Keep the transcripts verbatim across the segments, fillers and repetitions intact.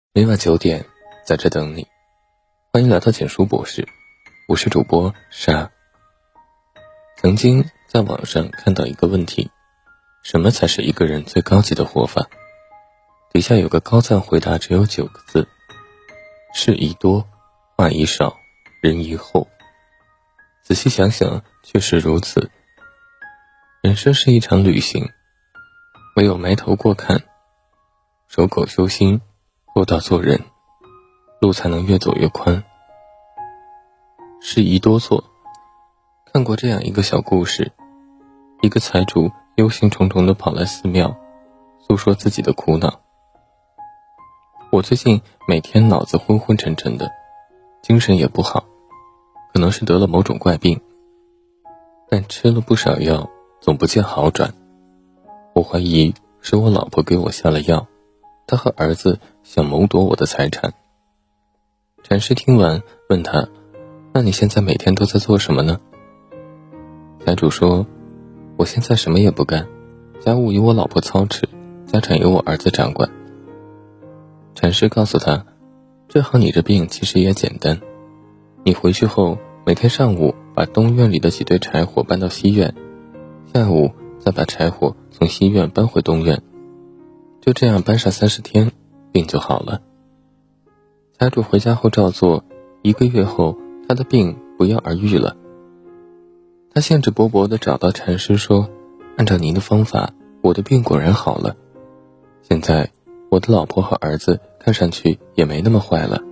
每晚九点，在这等你。欢迎来到简书博士，我是主播沙。曾经在网上看到一个问题：什么才是一个人最高级的活法？底下有个高赞回答，只有九个字：事宜多，话宜少，人宜厚。仔细想想，确实如此。人生是一场旅行，唯有埋头过看，守口修心，厚道做人，路才能越走越宽。事宜多做。看过这样一个小故事，一个财主忧心忡忡地跑来寺庙，诉说自己的苦恼。我最近每天脑子昏昏沉沉的，精神也不好，可能是得了某种怪病，但吃了不少药，总不见好转。我怀疑是我老婆给我下了药，她和儿子想谋夺我的财产。禅师听完问他：那你现在每天都在做什么呢？财主说：我现在什么也不干，家务由我老婆操持，家产由我儿子掌管。禅师告诉他：治好你这病其实也简单，你回去后每天上午把东院里的几堆柴火搬到西院，下午再把柴火从西院搬回东院，就这样搬上三十天，病就好了。财主回家后照做，一个月后他的病不药而愈了。他兴致勃勃地找到禅师说：按照您的方法，我的病果然好了，现在我的老婆和儿子看上去也没那么坏了。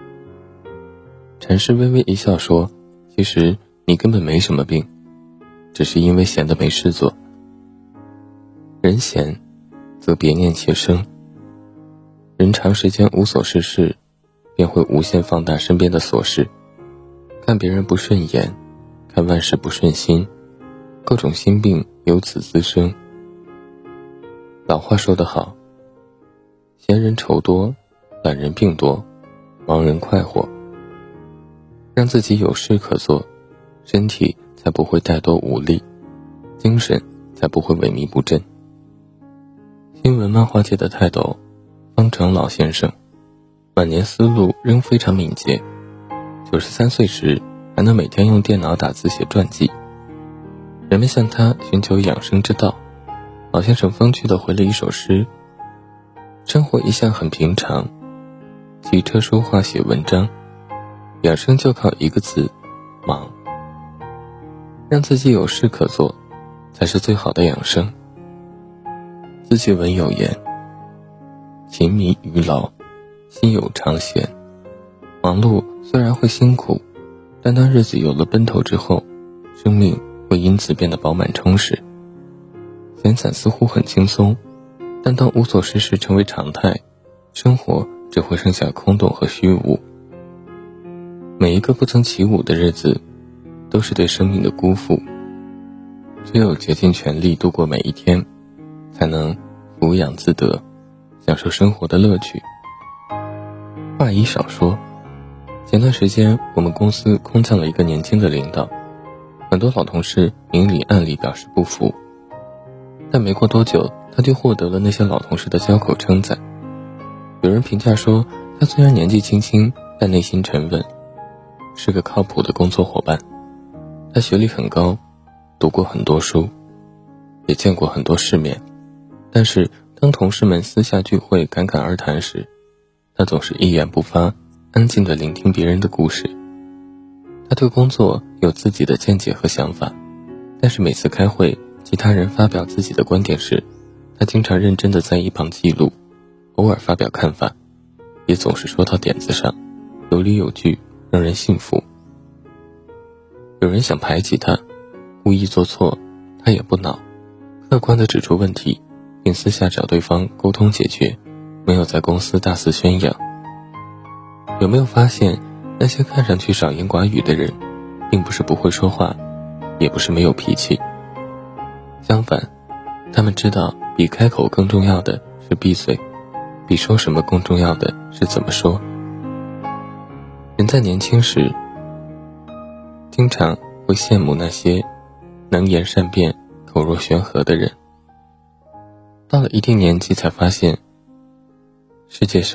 禅师微微一笑说：其实你根本没什么病，只是因为闲得没事做。人闲则别念且生，人长时间无所事事，便会无限放大身边的琐事，看别人不顺眼，看万事不顺心，各种心病由此滋生。老话说得好，闲人愁多，懒人病多，忙人快活。让自己有事可做，身体才不会怠惰无力，精神才不会萎靡不振。新闻漫画界的泰斗方长老先生，晚年思路仍非常敏捷，九十三岁时还能每天用电脑打字写传记。人们向他寻求养生之道，老先生风趣地回了一首诗：生活一向很平常，骑车说话写文章，养生就靠一个字，忙。让自己有事可做，才是最好的养生。字句文有言：勤迷于劳，心有常闲。忙碌虽然会辛苦，但当日子有了奔头之后，生命会因此变得饱满充实。闲散似乎很轻松，但当无所事事成为常态，生活只会剩下空洞和虚无。每一个不曾起舞的日子，都是对生命的辜负。只有竭尽全力度过每一天，才能抚养自得，享受生活的乐趣。话宜少说。前段时间我们公司空降了一个年轻的领导，很多老同事明里暗里表示不服，但没过多久他就获得了那些老同事的交口称赞。有人评价说，他虽然年纪轻轻，但内心沉稳，是个靠谱的工作伙伴。他学历很高，读过很多书，也见过很多世面，但是当同事们私下聚会侃侃而谈时，他总是一言不发，安静地聆听别人的故事。他对工作有自己的见解和想法，但是每次开会，其他人发表自己的观点时，他经常认真地在一旁记录，偶尔发表看法，也总是说到点子上，有理有据，让人信服。有人想排挤他，故意做错，他也不恼，客观地指出问题，并私下找对方沟通解决，没有在公司大肆宣扬。有没有发现，那些看上去少言寡语的人，并不是不会说话，也不是没有脾气。相反，他们知道比开口更重要的是闭嘴，比说什么更重要的是怎么说。人在年轻时，经常会羡慕那些能言善辩、口若悬河的人。到了一定年纪才发现，世界上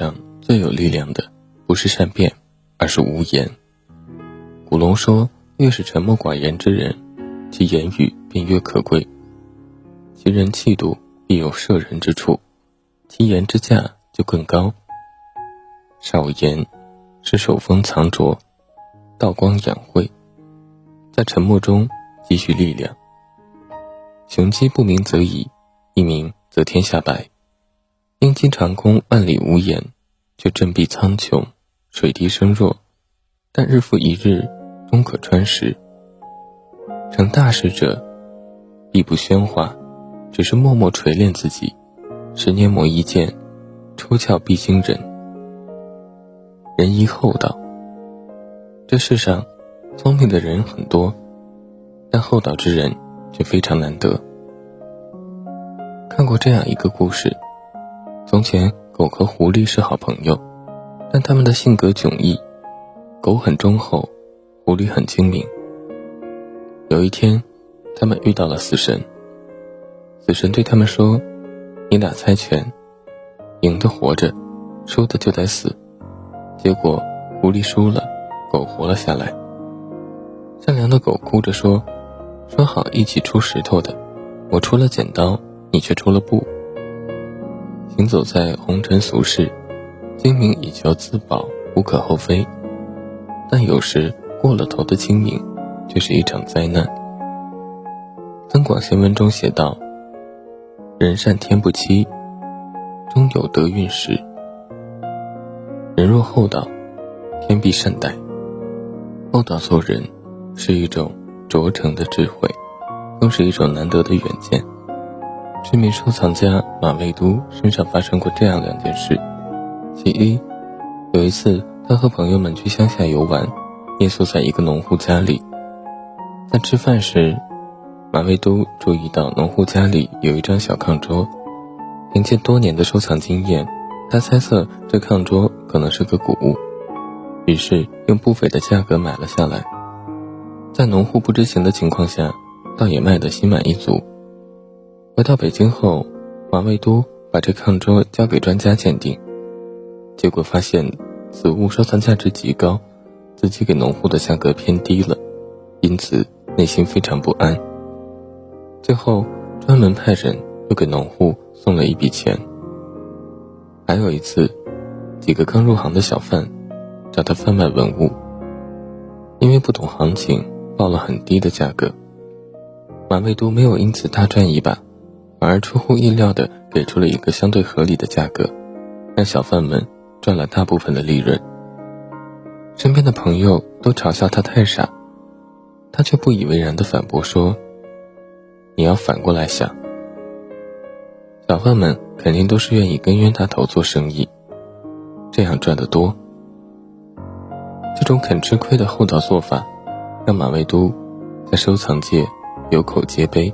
最有力量的不是善变，而是无言。古龙说，越是沉默寡言之人，其言语便越可贵，其人气度必有摄人之处，其言之价就更高。少言是手风藏拙，道光养晦，在沉默中积蓄力量。雄鸡不鸣则已，一鸣则天下白。鹰击长空万里无言，却振臂苍穹，水滴声弱，但日复一日，终可穿石。成大事者必不喧哗，只是默默锤炼自己，十年磨一剑，出鞘必惊人。人宜厚道。这世上聪明的人很多，但厚道之人却非常难得。看过这样一个故事，从前狗和狐狸是好朋友，但他们的性格迥异，狗很忠厚，狐狸很精明。有一天，他们遇到了死神，死神对他们说，你俩猜拳，赢的活着，输的就得死。结果狐狸输了，狗活了下来。善良的狗哭着说，说好一起出石头的，我出了剪刀，你却出了布。行走在红尘俗世，精明以求自保无可厚非，但有时过了头的精明却是一场灾难。增广贤文中写道，人善天不欺，终有得运时。人若厚道，天必善待。厚道做人是一种卓成的智慧，更是一种难得的远见。知名收藏家马未都身上发生过这样两件事。其一，有一次他和朋友们去乡下游玩，夜宿在一个农户家里。在吃饭时，马未都注意到农户家里有一张小炕桌，凭借多年的收藏经验，他猜测这炕桌可能是个古物，于是用不菲的价格买了下来。在农户不知情的情况下，倒也卖得心满意足。回到北京后，马未都把这炕桌交给专家鉴定，结果发现此物收藏价值极高，自己给农户的价格偏低了，因此内心非常不安。最后专门派人又给农户送了一笔钱。还有一次，几个刚入行的小贩找他贩卖文物，因为不懂行情，报了很低的价格。马未都没有因此大赚一把，反而出乎意料地给出了一个相对合理的价格，让小贩们赚了大部分的利润。身边的朋友都嘲笑他太傻，他却不以为然地反驳说，你要反过来想，小贩们肯定都是愿意跟冤大头做生意，这样赚得多。这种肯吃亏的厚道做法，让马未都在收藏界有口皆碑。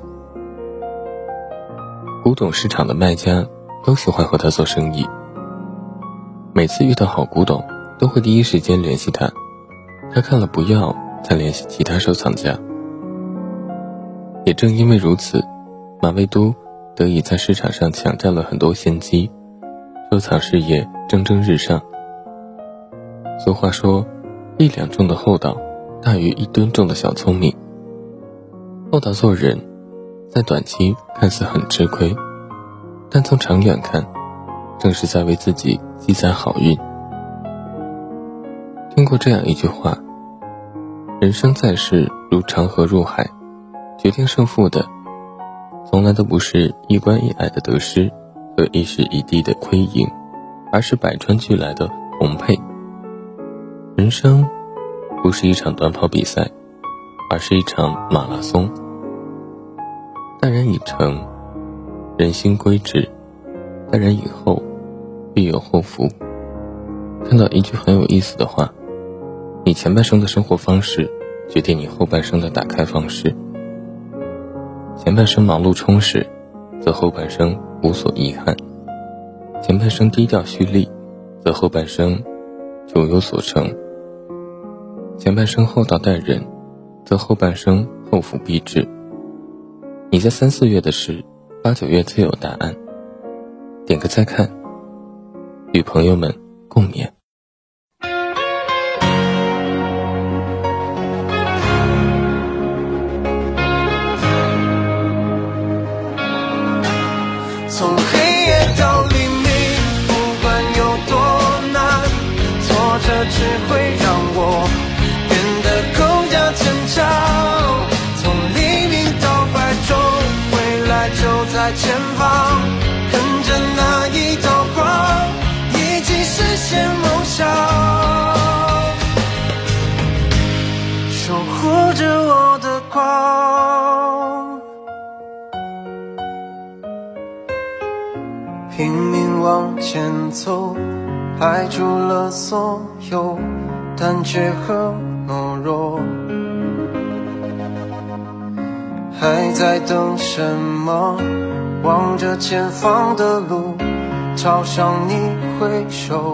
古董市场的卖家都喜欢和他做生意，每次遇到好古董都会第一时间联系他，他看了不要才联系其他收藏家。也正因为如此，马未都得以在市场上抢占了很多先机，收藏事业蒸蒸日上。俗话说，一两重的厚道大于一吨重的小聪明。厚道做人，在短期看似很吃亏，但从长远看，正是在为自己积攒好运。听过这样一句话，人生在世如长河入海，决定胜负的从来都不是一关一隘的得失和一时一地的亏盈，而是百川俱来的丰沛。人生不是一场短跑比赛，而是一场马拉松。淡然以诚，人心归至；淡然以厚，必有后福。看到一句很有意思的话，你前半生的生活方式决定你后半生的打开方式。前半生忙碌充实，则后半生无所遗憾；前半生低调蓄力，则后半生就有所成；前半生厚道待人，则后半生后福必至。你在三四月的事，八九月自有答案。点个再看，与朋友们共勉。 从黑夜到黎明，不管有多难，挫折只会让我变得更加坚强。从黎明到白昼，未来就在前方，跟着那一道光，一起实现梦想，守护着我的光。拼命往前走，排除了所有胆怯和懦弱。还在等什么？望着前方的路，朝向你挥手。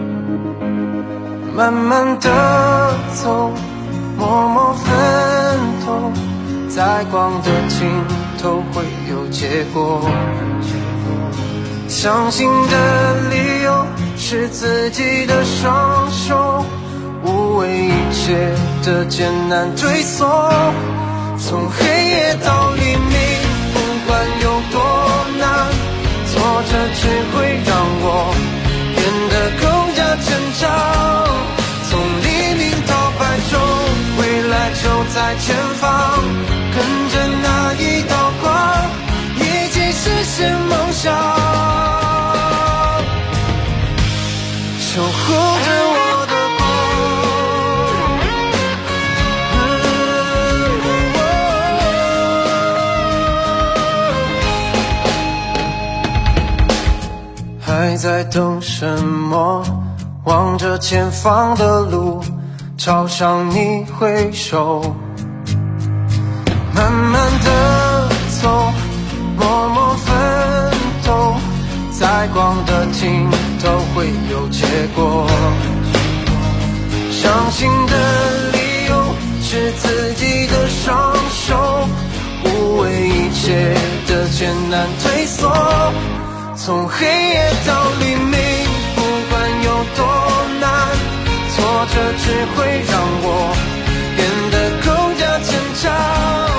慢慢的走，默默奋斗，在光的尽头会有结果。相信的理由是自己的双手，无畏一切的艰难退缩。从黑夜到黎明，不管有多难，挫折只会让我变得更加坚强。从黎明到白昼，未来就在前方，跟着那一道光，一起实现梦想，守护着我的光。还在等什么？望着前方的路，朝向你挥手。慢慢的走，默默奋斗，在光的尽头会有结果。相信的理由是自己的双手，无畏一切的艰难退缩。从黑夜到黎明，不管有多难，挫折只会让我变得更加坚强。